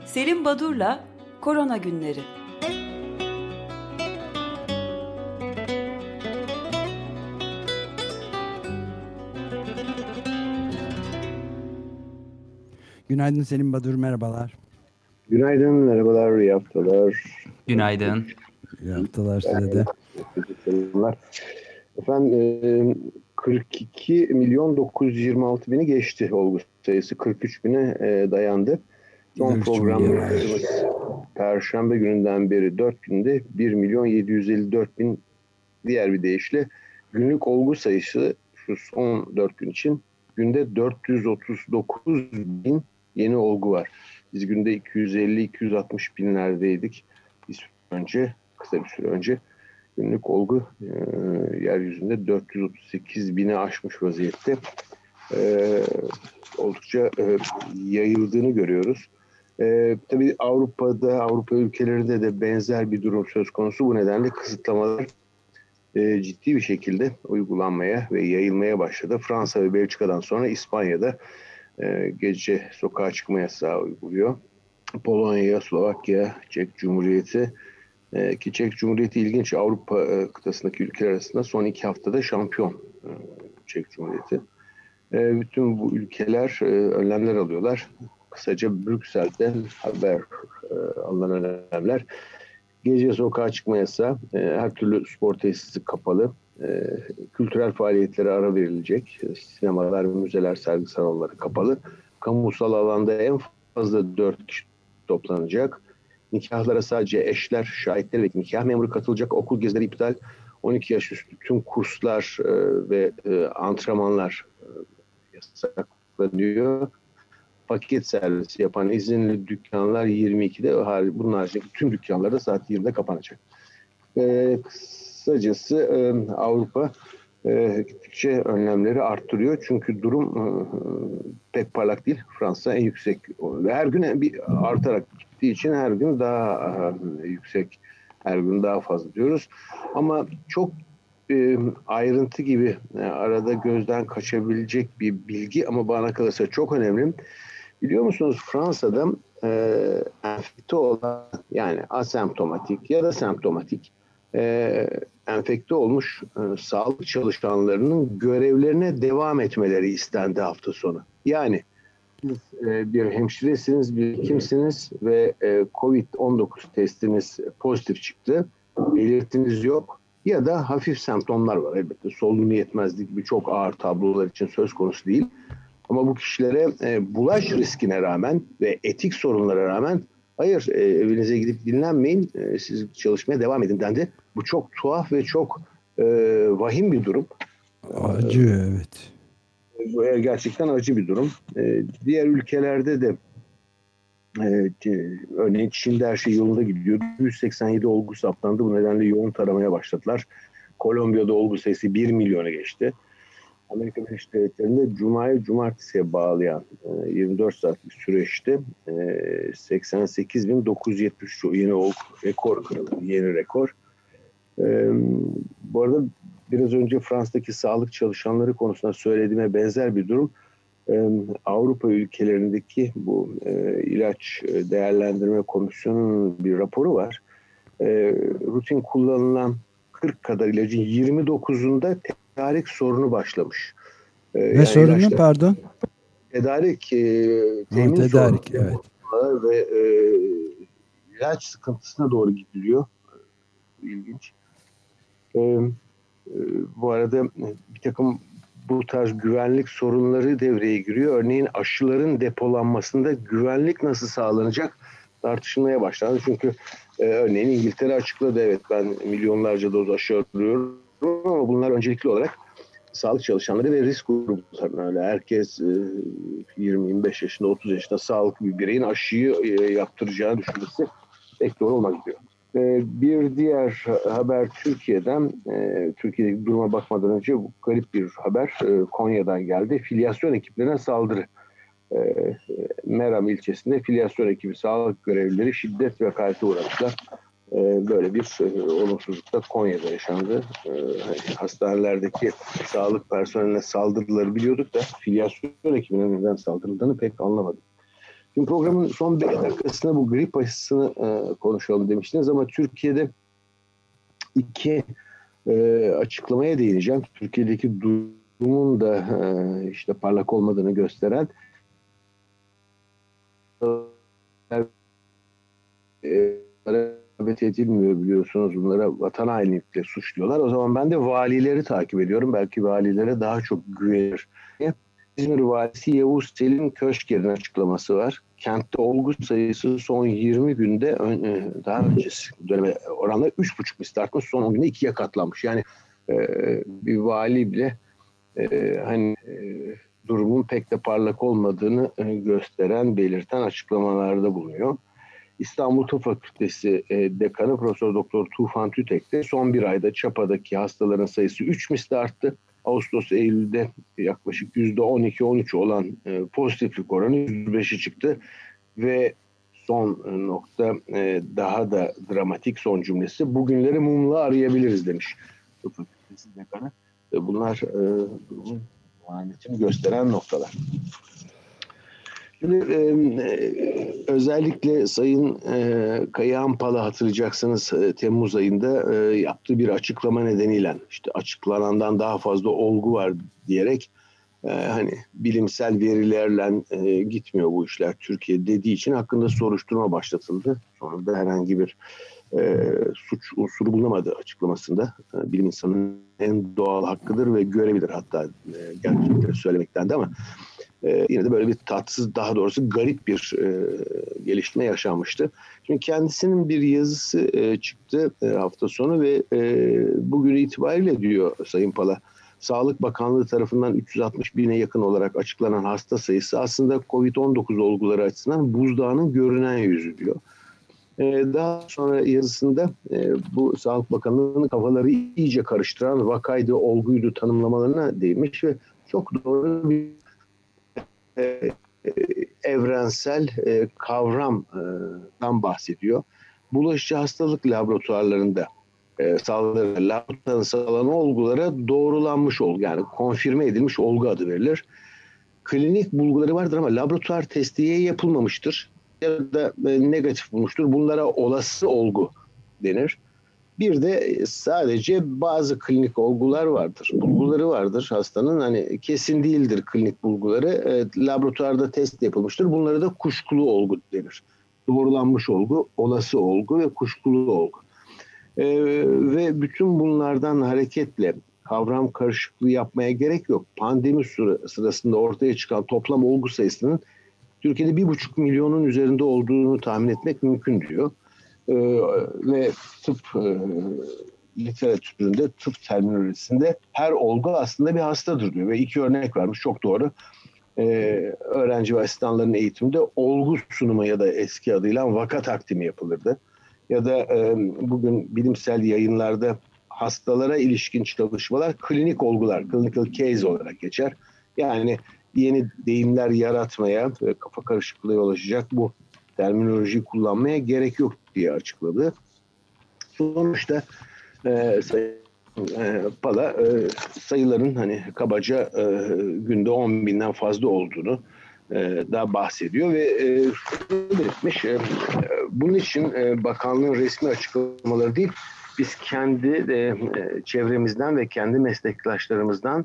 Selim Badur'la Korona Günleri. Günaydın Selim Badur, merhabalar. Günaydın, merhabalar, iyi haftalar. Günaydın. İyi haftalar size de. Selamlar. Efendim 42 milyon 926 bini geçti olgu sayısı. 43 bine dayandı. Son programımız Perşembe gününden beri 4 günde 1 milyon 754 bin, diğer bir deyişle günlük olgu sayısı şu son 4 gün için günde 439 bin yeni olgu var. Biz günde 250-260 binlerdeydik. Kısa bir süre önce. Günlük olgu yeryüzünde 438 bini aşmış vaziyette. Oldukça yayıldığını görüyoruz. Tabii Avrupa ülkelerinde de benzer bir durum söz konusu. Bu nedenle kısıtlamalar ciddi bir şekilde uygulanmaya ve yayılmaya başladı. Fransa ve Belçika'dan sonra İspanya'da gece sokağa çıkma yasağı uyguluyor. Polonya, Slovakya, Çek Cumhuriyeti ki Çek Cumhuriyeti ilginç, Avrupa kıtasındaki ülkeler arasında son 2 haftada şampiyon Çek Cumhuriyeti. Bütün bu ülkeler önlemler alıyorlar. Kısaca Brüksel'den haber alınan önlemler. Gece sokağa çıkma yasağı, her türlü spor tesisi kapalı, kültürel faaliyetlere ara verilecek, sinemalar, müzeler, sergi salonları kapalı, kamusal alanda en fazla 4 kişi toplanacak, nikahlara sadece eşler, şahitler ve nikah memuru katılacak, okul gezileri iptal, 12 yaş üstü tüm kurslar ve antrenmanlar yasaklanıyor. Paket servisi yapan izinli dükkanlar 22'de, bunun haricindeki tüm dükkanlar da saat 20'de kapanacak. Kısacası Avrupa gittikçe önlemleri arttırıyor. Çünkü durum pek parlak değil. Fransa en yüksek ve her gün bir artarak gittiği için her gün daha yüksek, her gün daha fazla diyoruz. Ama çok ayrıntı gibi arada gözden kaçabilecek bir bilgi ama bana kalırsa çok önemli. Biliyor musunuz, Fransa'da enfekte olan, yani asemptomatik ya da semptomatik enfekte olmuş sağlık çalışanlarının görevlerine devam etmeleri istendi hafta sonu. Yani siz bir hemşiresiniz, bir hekimsiniz ve COVID-19 testiniz pozitif çıktı, belirtiniz yok ya da hafif semptomlar var. Elbette solunum yetmezlik gibi çok ağır tablolar için söz konusu değil. Ama bu kişilere bulaş riskine rağmen ve etik sorunlara rağmen hayır, evinize gidip dinlenmeyin, siz çalışmaya devam edin dendi. Bu çok tuhaf ve çok vahim bir durum. Acı, evet. Bu gerçekten acı bir durum. Diğer ülkelerde de örneğin Çin'de her şey yolunda gidiyor. 187 olgu saptandı. Bu nedenle yoğun taramaya başladılar. Kolombiya'da olgu sayısı 1 milyona geçti. Amerika Birleşik Devletleri'nde Cuma'yı Cumartesi'ye bağlayan 24 saatlik süreçte 88.973 yeni rekor kırıldı. Yeni rekor. Bu arada biraz önce Fransa'daki sağlık çalışanları konusunda söylediğime benzer bir durum. Avrupa ülkelerindeki bu ilaç değerlendirme komisyonunun bir raporu var. Rutin kullanılan 40 kadar ilacın 29'unda tedarik sorunu başlamış. Ne yani sorunu, pardon? Tedarik, temin sorunu. Evet. Ve ilaç sıkıntısına doğru gidiliyor. İlginç. Bu arada bir takım bu tarz güvenlik sorunları devreye giriyor. Örneğin aşıların depolanmasında güvenlik nasıl sağlanacak tartışılmaya başlandı. Çünkü örneğin İngiltere açıkladı, evet ben milyonlarca doz aşı arıyorum ama bunlar öncelikli olarak sağlık çalışanları ve risk gruplarına, öyle herkes 20-25 yaşında, 30 yaşında sağlıklı bir bireyin aşıyı yaptıracağını düşünmesi pek doğru olmaz diyor. Bir diğer haber Türkiye'den. Türkiye'deki duruma bakmadan önce bu garip bir haber Konya'dan geldi. Filyasyon ekiplerine saldırı. Meram ilçesinde filyasyon ekibi sağlık görevlileri şiddet ve hakarete uğramışlar. Böyle bir olumsuzluk da Konya'da yaşandı. Hastanelerdeki sağlık personeline saldırıları biliyorduk da filyasyon ekibine neden saldırıldığını pek anlamadım. Şimdi programın son 5 dakikasında bu grip aşısını konuşalım demiştiniz ama Türkiye'de iki açıklamaya değineceğim. Türkiye'deki durumun da işte parlak olmadığını gösteren davet edilmiyor biliyorsunuz. Bunlara vatan hainlikle suçluyorlar. O zaman ben de valileri takip ediyorum. Belki valilere daha çok güvenir. İzmir Valisi Yavuz Selim Köşker'in açıklaması var. Kentte olgu sayısı son 20 günde daha öncesi döneme oranla 3,5 misli artmış. Son 10 günde 2'ye katlanmış. Yani bir vali bile durumun pek de parlak olmadığını belirten açıklamalarda bulunuyor. İstanbul Tıp Fakültesi Dekanı Profesör Doktor Tufan Tütek de son bir ayda Çapa'daki hastaların sayısı 3 misli arttı. Ağustos-Eylül'de yaklaşık %12-13 olan pozitiflik oranı %5'i çıktı ve son nokta daha da dramatik son cümlesi. Bugünleri mumla arayabiliriz demiş Tıp Fakültesi Dekanı. Bunlar durumun vahametini gösteren noktalar. Şimdi özellikle Sayın Kayahan Pala hatırlayacaksınız Temmuz ayında yaptığı bir açıklama nedeniyle işte açıklanandan daha fazla olgu var diyerek hani bilimsel verilerle gitmiyor bu işler Türkiye dediği için hakkında soruşturma başlatıldı. Sonra da herhangi bir suç unsuru bulunamadı açıklamasında. Bilim insanının en doğal hakkıdır ve görevidir hatta gerçekleri söylemekten de ama yine de böyle bir tatsız, daha doğrusu garip bir gelişme yaşanmıştı. Şimdi kendisinin bir yazısı çıktı hafta sonu ve bugün itibariyle diyor Sayın Pala, Sağlık Bakanlığı tarafından 360 bine yakın olarak açıklanan hasta sayısı aslında COVID-19 olguları açısından buzdağının görünen yüzü diyor. Daha sonra yazısında bu Sağlık Bakanlığı'nın kafaları iyice karıştıran vakaydı, olguydu tanımlamalarına değinmiş ve çok doğru bir evrensel kavramdan bahsediyor. Bulaşıcı hastalık laboratuvarlarında laboratuvarın sağlanan olgulara doğrulanmış olgu, yani konfirme edilmiş olgu adı verilir. Klinik bulguları vardır ama laboratuvar testiye yapılmamıştır ya da negatif bulmuştur. Bunlara olası olgu denir. Bir de sadece bazı klinik olgular vardır. Bulguları vardır hastanın. Hani kesin değildir klinik bulguları. Laboratuvarda test yapılmıştır. Bunlara da kuşkulu olgu denir. Doğrulanmış olgu, olası olgu ve kuşkulu olgu. Ve bütün bunlardan hareketle kavram karışıklığı yapmaya gerek yok. Pandemi sırasında ortaya çıkan toplam olgu sayısının Türkiye'de 1,5 milyonun üzerinde olduğunu tahmin etmek mümkün diyor. Ve tıp literatüründe, tıp terminolojisinde her olgu aslında bir hastadır diyor. Ve 2 örnek vermiş, çok doğru. Öğrenci ve asistanların eğitiminde olgu sunumu ya da eski adıyla vaka takdimi yapılırdı. Ya da bugün bilimsel yayınlarda hastalara ilişkin çalışmalar klinik olgular, clinical case olarak geçer. Yani yeni deyimler yaratmaya ve kafa karışıklığı yol açacak bu terminolojiyi kullanmaya gerek yok diye açıkladı. Sonuçta Pala sayıların hani kabaca günde 10 binden fazla olduğunu da bahsediyor ve belirtmiş. Bunun için bakanlığın resmi açıklamaları değil, biz kendi çevremizden ve kendi meslektaşlarımızdan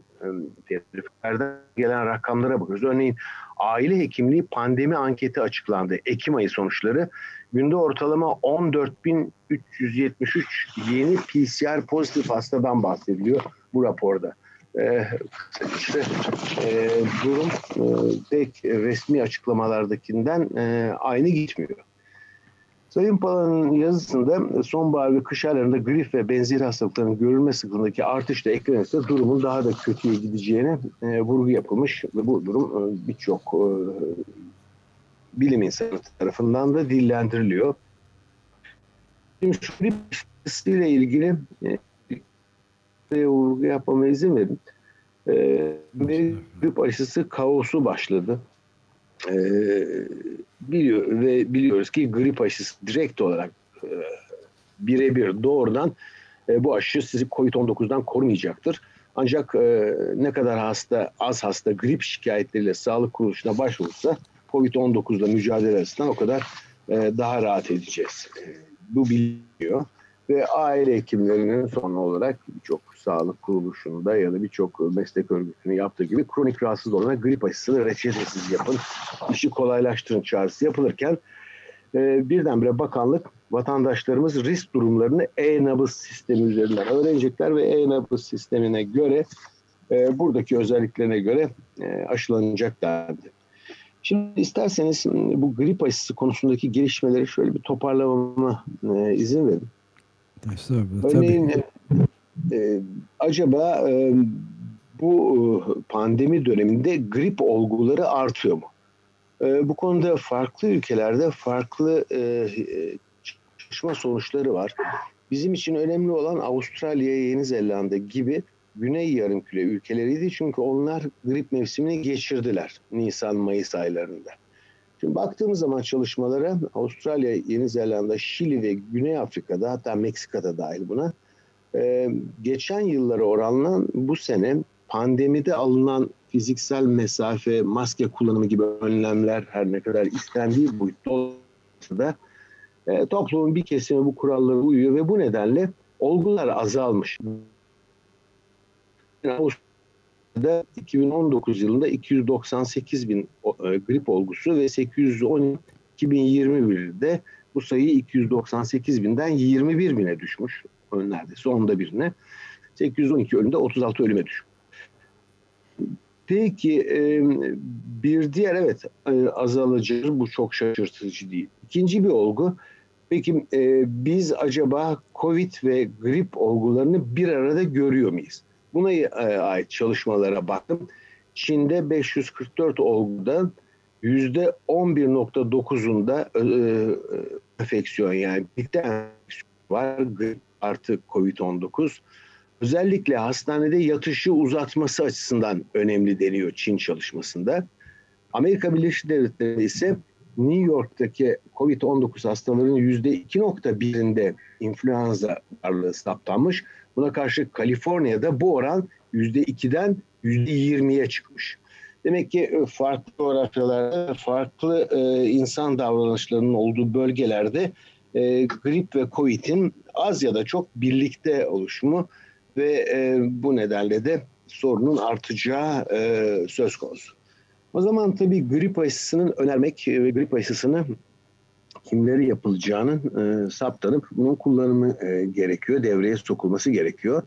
gelen rakamlara bakıyoruz. Örneğin aile hekimliği pandemi anketi açıklandı. Ekim ayı sonuçları. Günde ortalama 14.373 yeni PCR pozitif hastadan bahsediliyor bu raporda. İşte durum pek resmi açıklamalardakinden aynı gitmiyor. Sayın Pala'nın yazısında sonbahar ve kış aylarında grip ve benzeri hastalıkların görülme sıklığındaki artışla eklenirse durumun daha da kötüye gideceğine vurgu yapılmış ve bu durum birçok bilim insanı tarafından da dillendiriliyor. Şimdi şu grip ile ilgili vurgu yapmama izin verin. Bir grip aşısı kaosu başladı. Biliyoruz ki grip aşısı direkt olarak birebir doğrudan bu aşı sizi COVID-19'dan korumayacaktır. Ancak ne kadar az hasta grip şikayetleriyle sağlık kuruluşuna başvurursa Covid-19'la mücadele açısından o kadar daha rahat edeceğiz. Bu biliniyor. Ve aile hekimlerinin son olarak birçok sağlık kuruluşunda ya da birçok meslek örgütünün yaptığı gibi kronik rahatsız olana grip aşısını reçetesiz yapın, işi kolaylaştırın çağrısı yapılırken birdenbire bakanlık vatandaşlarımız risk durumlarını e-nabız sistemi üzerinden öğrenecekler ve e-nabız sistemine göre buradaki özelliklerine göre aşılanacak dendi. Şimdi isterseniz bu grip aşısı konusundaki gelişmeleri şöyle bir toparlamama izin verin. Örneğin acaba bu pandemi döneminde grip olguları artıyor mu? Bu konuda farklı ülkelerde farklı çalışma sonuçları var. Bizim için önemli olan Avustralya, Yeni Zelanda gibi Güney Yarımküre ülkeleriydi. Çünkü onlar grip mevsimini geçirdiler Nisan-Mayıs aylarında. Şimdi baktığımız zaman çalışmalara Avustralya, Yeni Zelanda, Şili ve Güney Afrika'da, hatta Meksika'da dahil buna, geçen yıllara oranla bu sene pandemide alınan fiziksel mesafe, maske kullanımı gibi önlemler her ne kadar istendiği boyutta olsa da toplumun bir kesimi bu kurallara uyuyor ve bu nedenle olgular azalmış. Avustralya'da 2019 yılında 298 bin grip olgusu ve 810 2021'de bu sayı 298 binden 21 bine düşmüş. Neredeyse onda birine. 812 ölümde 36 ölüme düşmüş. Peki bir diğer azalacak, bu çok şaşırtıcı değil. İkinci bir olgu, peki biz acaba Covid ve grip olgularını bir arada görüyor muyuz? Buna ait çalışmalara baktım. Çin'de 544 olgudan %11.9'unda enfeksiyon, yani birlikte enfeksiyon var, grip artı Covid-19. Özellikle hastanede yatışı uzatması açısından önemli deniyor Çin çalışmasında. Amerika Birleşik Devletleri ise New York'taki Covid-19 hastalarının %2.1'inde influenza varlığı saptanmış. Buna karşı Kaliforniya'da bu oran %2'den %20'ye çıkmış. Demek ki farklı coğrafyalarda, farklı insan davranışlarının olduğu bölgelerde grip ve Covid'in az ya da çok birlikte oluşumu ve bu nedenle de sorunun artacağı söz konusu. O zaman tabii grip aşısının önermek ve grip aşısını kimleri yapılacağının saptanıp bunun kullanımı gerekiyor, devreye sokulması gerekiyor.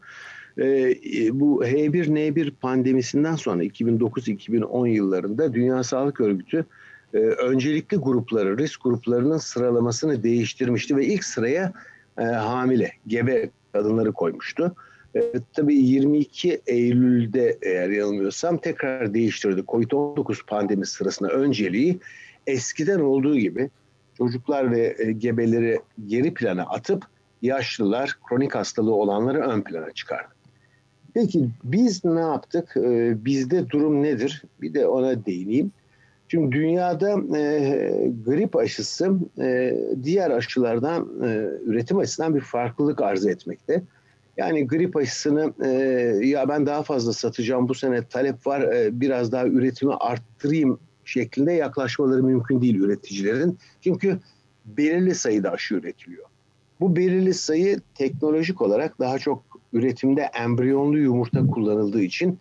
Bu H1N1 pandemisinden sonra 2009-2010 yıllarında Dünya Sağlık Örgütü öncelikli grupları, risk gruplarının sıralamasını değiştirmişti ve ilk sıraya hamile, gebe kadınları koymuştu. Tabii 22 Eylül'de eğer yanılmıyorsam tekrar değiştirdi. Covid-19 pandemisi sırasında önceliği eskiden olduğu gibi çocuklar ve gebeleri geri plana atıp yaşlılar, kronik hastalığı olanları ön plana çıkardı. Peki biz ne yaptık? Bizde durum nedir? Bir de ona değineyim. Şimdi dünyada grip aşısı diğer aşılardan üretim açısından bir farklılık arz etmekte. Yani grip aşısını ya ben daha fazla satacağım, bu sene talep var, biraz daha üretimi arttırayım şeklinde yaklaşmaları mümkün değil üreticilerin. Çünkü belirli sayıda aşı üretiliyor. Bu belirli sayı teknolojik olarak daha çok üretimde embriyonlu yumurta kullanıldığı için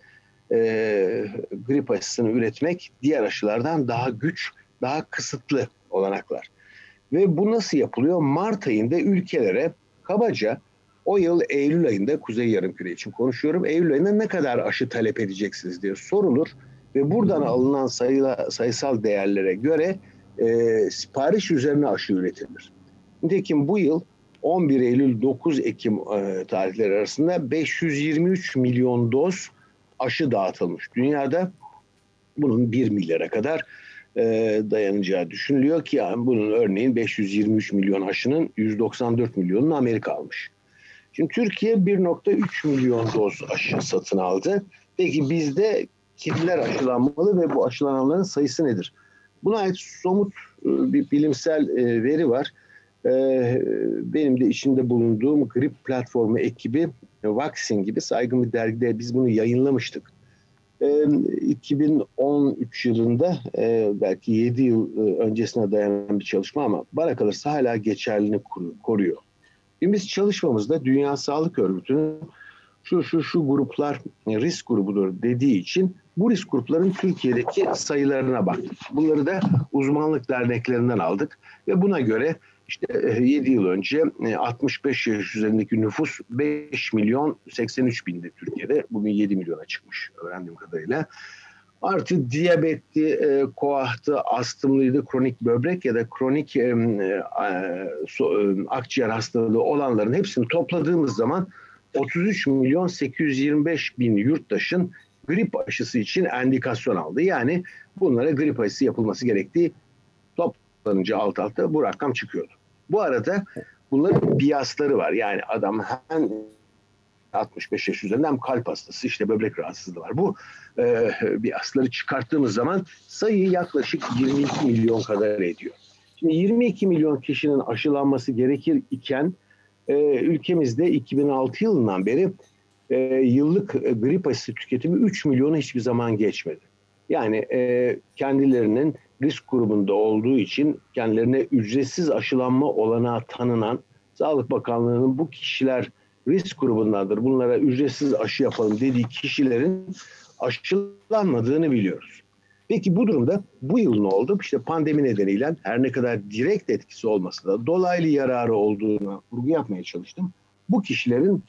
grip aşısını üretmek diğer aşılardan daha güç, daha kısıtlı olanaklar. Ve bu nasıl yapılıyor? Mart ayında ülkelere kabaca o yıl Eylül ayında, Kuzey Yarımküre için konuşuyorum, Eylül ayında ne kadar aşı talep edeceksiniz diye sorulur ve buradan alınan sayısal değerlere göre sipariş üzerine aşı üretilir. Nitekim bu yıl 11 Eylül 9 Ekim tarihleri arasında 523 milyon doz aşı dağıtılmış. Dünyada bunun 1 milyara kadar dayanacağı düşünülüyor ki yani bunun örneğin 523 milyon aşının 194 milyonunu Amerika almış. Şimdi Türkiye 1.3 milyon doz aşı satın aldı. Peki bizde kimler aşılanmalı ve bu aşılananların sayısı nedir? Buna ait somut bir bilimsel veri var. Benim de içinde bulunduğum grip platformu ekibi Vaccine gibi saygın bir dergide biz bunu yayınlamıştık. 2013 yılında belki 7 yıl öncesine dayanan bir çalışma ama bana kalırsa hala geçerliliğini koruyor. Şimdi biz çalışmamızda Dünya Sağlık Örgütü'nün şu gruplar risk grubudur dediği için bu risk grupların Türkiye'deki sayılarına baktık. Bunları da uzmanlık derneklerinden aldık ve buna göre işte 7 yıl önce 65 yaş üzerindeki nüfus 5 milyon 83 bindi Türkiye'de. Bugün 7 milyona çıkmış öğrendiğim kadarıyla. Artı diyabetti, koahtı, astımlıydı, kronik böbrek ya da kronik akciğer hastalığı olanların hepsini topladığımız zaman 33 milyon 825 bin yurttaşın grip aşısı için endikasyon aldı. Yani bunlara grip aşısı yapılması gerektiği toplanınca alt alta bu rakam çıkıyordu. Bu arada bunların biasları var. Yani adam hem 65 yaş üzerinde hem kalp hastası, işte böbrek rahatsızlığı var. Bu biasları çıkarttığımız zaman sayı yaklaşık 22 milyon kadar ediyor. Şimdi 22 milyon kişinin aşılanması gerekir iken ülkemizde 2006 yılından beri yıllık grip aşısı tüketimi 3 milyonu hiçbir zaman geçmedi. Yani kendilerinin risk grubunda olduğu için kendilerine ücretsiz aşılanma olanağı tanınan Sağlık Bakanlığı'nın bu kişiler risk grubundadır, bunlara ücretsiz aşı yapalım dediği kişilerin aşılanmadığını biliyoruz. Peki bu durumda bu yıl ne oldu? İşte pandemi nedeniyle her ne kadar direkt etkisi olmasa da dolaylı yararı olduğunu vurgu yapmaya çalıştım. Bu kişilerin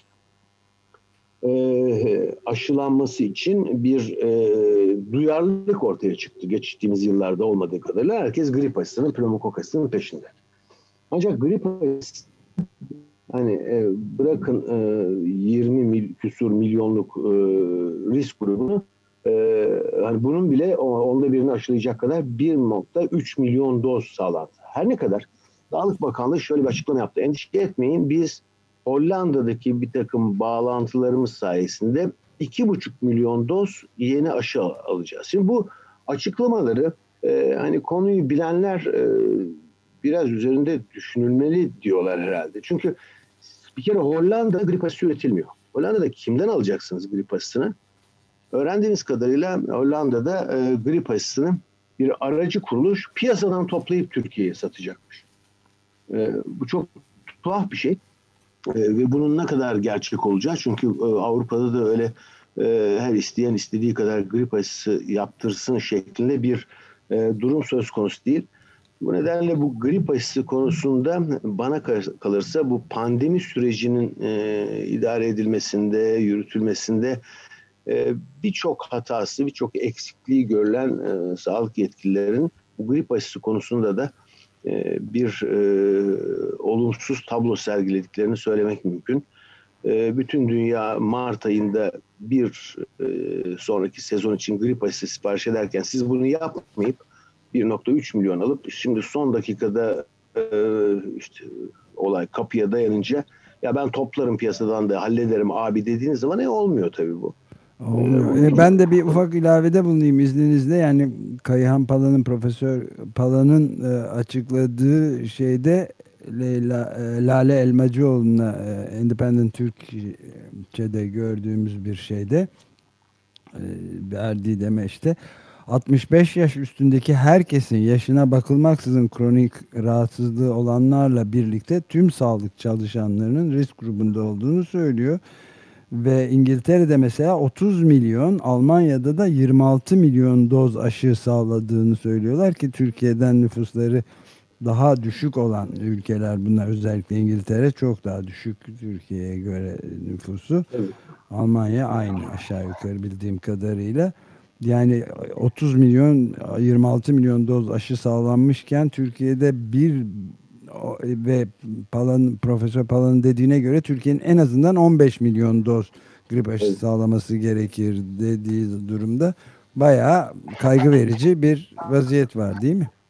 aşılanması için bir duyarlılık ortaya çıktı. Geçtiğimiz yıllarda olmadığı kadarıyla herkes grip aşısının, pneumokok aşısının peşinde. Ancak grip aşısı hani bırakın 20 küsur milyonluk risk grubunu, hani bunun bile onda birini aşılayacak kadar 1,3 milyon doz sağlandı. Her ne kadar Sağlık Bakanlığı şöyle bir açıklama yaptı. Endişe etmeyin, biz Hollanda'daki bir takım bağlantılarımız sayesinde 2,5 milyon doz yeni aşı alacağız. Şimdi bu açıklamaları hani konuyu bilenler biraz üzerinde düşünülmeli diyorlar herhalde. Çünkü bir kere Hollanda'da grip aşısı üretilmiyor. Hollanda'da kimden alacaksınız grip aşısını? Öğrendiğimiz kadarıyla Hollanda'da grip aşısını bir aracı kuruluş piyasadan toplayıp Türkiye'ye satacakmış. Bu çok tuhaf bir şey. Ve bunun ne kadar gerçek olacağı, çünkü Avrupa'da da öyle her isteyen istediği kadar grip aşısı yaptırsın şeklinde bir durum söz konusu değil. Bu nedenle bu grip aşısı konusunda bana kalırsa bu pandemi sürecinin idare edilmesinde, yürütülmesinde birçok hatası, birçok eksikliği görülen sağlık yetkililerin bu grip aşısı konusunda da bir olumsuz tablo sergilediklerini söylemek mümkün. Bütün dünya Mart ayında bir sonraki sezon için grip aşısı sipariş ederken siz bunu yapmayıp 1,3 milyon alıp şimdi son dakikada işte olay kapıya dayanınca ya ben toplarım piyasadan da hallederim abi dediğiniz zaman olmuyor tabii bu. Olmuyor. Ben de bir ufak ilavede bulunayım izninizle. Yani Kayhan Pala'nın, Profesör Pala'nın açıkladığı şeyde Lale Elmacıoğlu'na Independent Türkçe'de gördüğümüz bir şeyde verdiği demeçte 65 yaş üstündeki herkesin yaşına bakılmaksızın kronik rahatsızlığı olanlarla birlikte tüm sağlık çalışanlarının risk grubunda olduğunu söylüyor. Ve İngiltere'de mesela 30 milyon, Almanya'da da 26 milyon doz aşı sağladığını söylüyorlar ki Türkiye'den nüfusları daha düşük olan ülkeler bunlar. Özellikle İngiltere çok daha düşük Türkiye'ye göre nüfusu. Evet. Almanya aynı aşağı yukarı bildiğim kadarıyla. Yani 30 milyon 26 milyon doz aşı sağlanmışken Türkiye'de ve Profesör Pala'nın dediğine göre Türkiye'nin en azından 15 milyon doz grip aşısı sağlaması gerekir dediği durumda bayağı kaygı verici bir vaziyet var değil mi?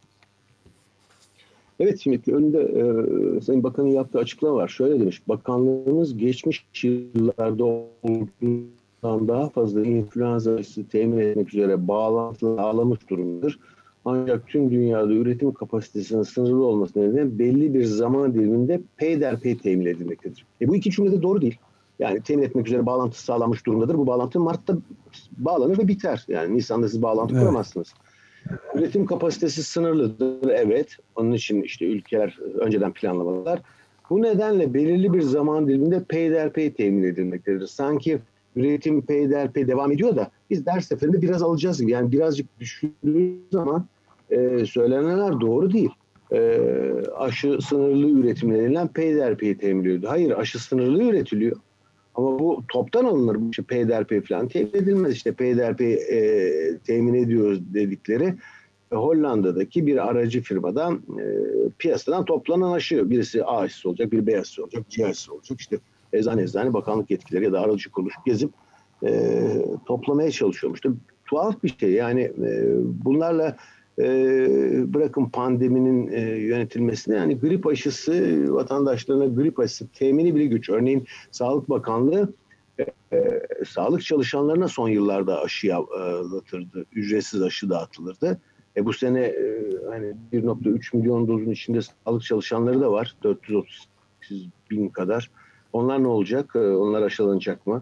Evet, şimdi önünde Sayın Bakan'ın yaptığı açıklama var. Şöyle demiş, bakanlığımız geçmiş yıllarda olduğundan daha fazla influenza aşısı temin etmek üzere bağlantılı sağlamış durumdadır. Ancak tüm dünyada üretim kapasitesinin sınırlı olması nedeniyle belli bir zaman diliminde peyderpey temin edilmektedir. Bu iki cümle de doğru değil. Yani temin etmek üzere bağlantı sağlanmış durumdadır. Bu bağlantı Mart'ta bağlanır ve biter. Yani Nisan'da siz bağlantı kuramazsınız. Üretim kapasitesi sınırlıdır. Evet. Onun için işte ülkeler önceden planlamalar. Bu nedenle belirli bir zaman diliminde peyderpey temin edilmektedir. Sanki üretim peyderpey devam ediyor da biz her seferinde biraz alacağız gibi. Yani birazcık düşündüğümüz zaman söylenenler doğru değil. Aşı sınırlı üretimlerinden peyderpey temin ediliyor. Hayır, aşı sınırlı üretiliyor. Ama bu toptan alınır. Bu işte peyderpey falan temin edilmez. İşte peyderpey temin ediyoruz dedikleri Hollanda'daki bir aracı firmadan piyasadan toplanan aşı. Birisi A aşısı olacak, biri B aşısı olacak, C aşısı olacak. İşte eczane bakanlık yetkileri ya da aracı kuruluş gezip toplamaya çalışıyormuş. Tuhaf bir şey. Yani bunlarla bırakın pandeminin yönetilmesine, yani grip aşısı, vatandaşlarına grip aşısı temini bile güç. Örneğin Sağlık Bakanlığı sağlık çalışanlarına son yıllarda aşı dağıtırdı. Ücretsiz aşı dağıtılırdı. Bu sene hani 1,3 milyon dozun içinde sağlık çalışanları da var. 438 bin kadar. Onlar ne olacak? Onlar aşılanacak mı?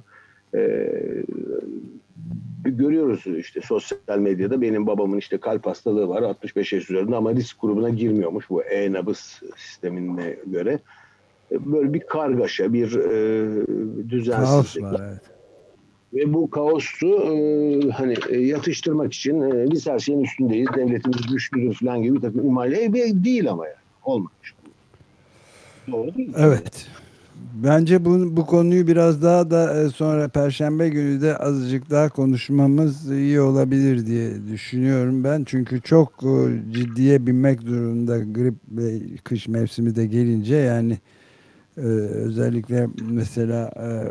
Görüyoruz işte sosyal medyada, benim babamın işte kalp hastalığı var, 65 yaş üzerinde ama risk grubuna girmiyormuş bu e-nabız sistemine göre. Böyle bir kargaşa, bir düzensizlik. Kaos var, evet. Ve bu kaosu hani yatıştırmak için biz her şeyin üstündeyiz, devletimiz güçlüdür falan gibi bir takım imalle değil ama yani. Olmamış. Doğru değil mi? Evet. Bence bu konuyu biraz daha da sonra Perşembe günü de azıcık daha konuşmamız iyi olabilir diye düşünüyorum ben. Çünkü çok ciddiye binmek durumunda grip ve kış mevsimi de gelince, yani özellikle mesela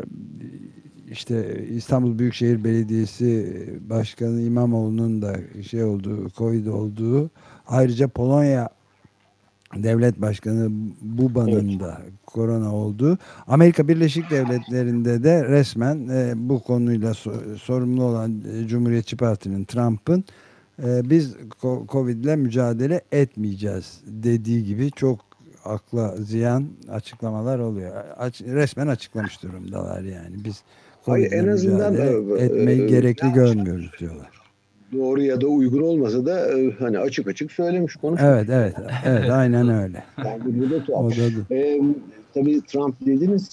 işte İstanbul Büyükşehir Belediyesi Başkanı İmamoğlu'nun da Covid olduğu, ayrıca Polonya Devlet Başkanı Buba'nın da korona olduğu, Amerika Birleşik Devletleri'nde de resmen bu konuyla sorumlu olan Cumhuriyetçi Parti'nin, Trump'ın biz Covid'le mücadele etmeyeceğiz dediği gibi çok akla ziyan açıklamalar oluyor. Resmen açıklamış durumdalar yani. Biz Covid'le en azından mücadele etmeyi gerekli görmüyoruz diyorlar. Doğru ya da uygun olmasa da hani açık açık söylemiş, konuşmuş. Evet, aynen öyle. Yani bu da tuhaf. O da. Tabii Trump dediniz,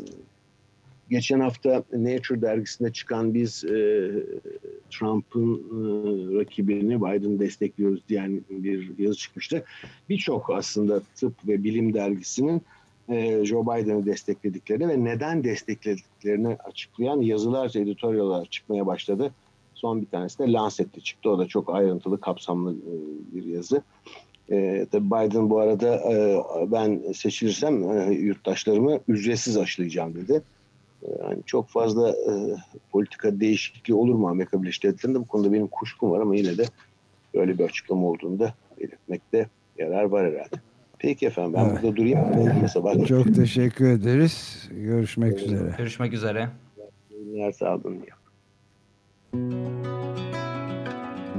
geçen hafta Nature dergisinde çıkan, biz Trump'ın rakibini Biden'ı destekliyoruz diyen bir yazı çıkmıştı. Birçok aslında tıp ve bilim dergisinin Joe Biden'ı desteklediklerini ve neden desteklediklerini açıklayan yazılar, editöryalar çıkmaya başladı. Son bir tanesi de Lancet'te çıktı. O da çok ayrıntılı, kapsamlı bir yazı. Tabii Biden bu arada ben seçilirsem yurttaşlarımı ücretsiz aşılayacağım dedi. Yani çok fazla politika değişikliği olur mu Amerika Birleşik Devletleri'nde? Bu konuda benim kuşkum var ama yine de böyle bir açıklama olduğunda belirtmekte yarar var herhalde. Peki efendim, ben burada durayım. Peki. Çok teşekkür ederiz. Görüşmek üzere. Görüşmek üzere. Sağ olun.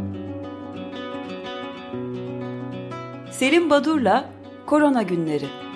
Selim Badur'la Korona Günleri.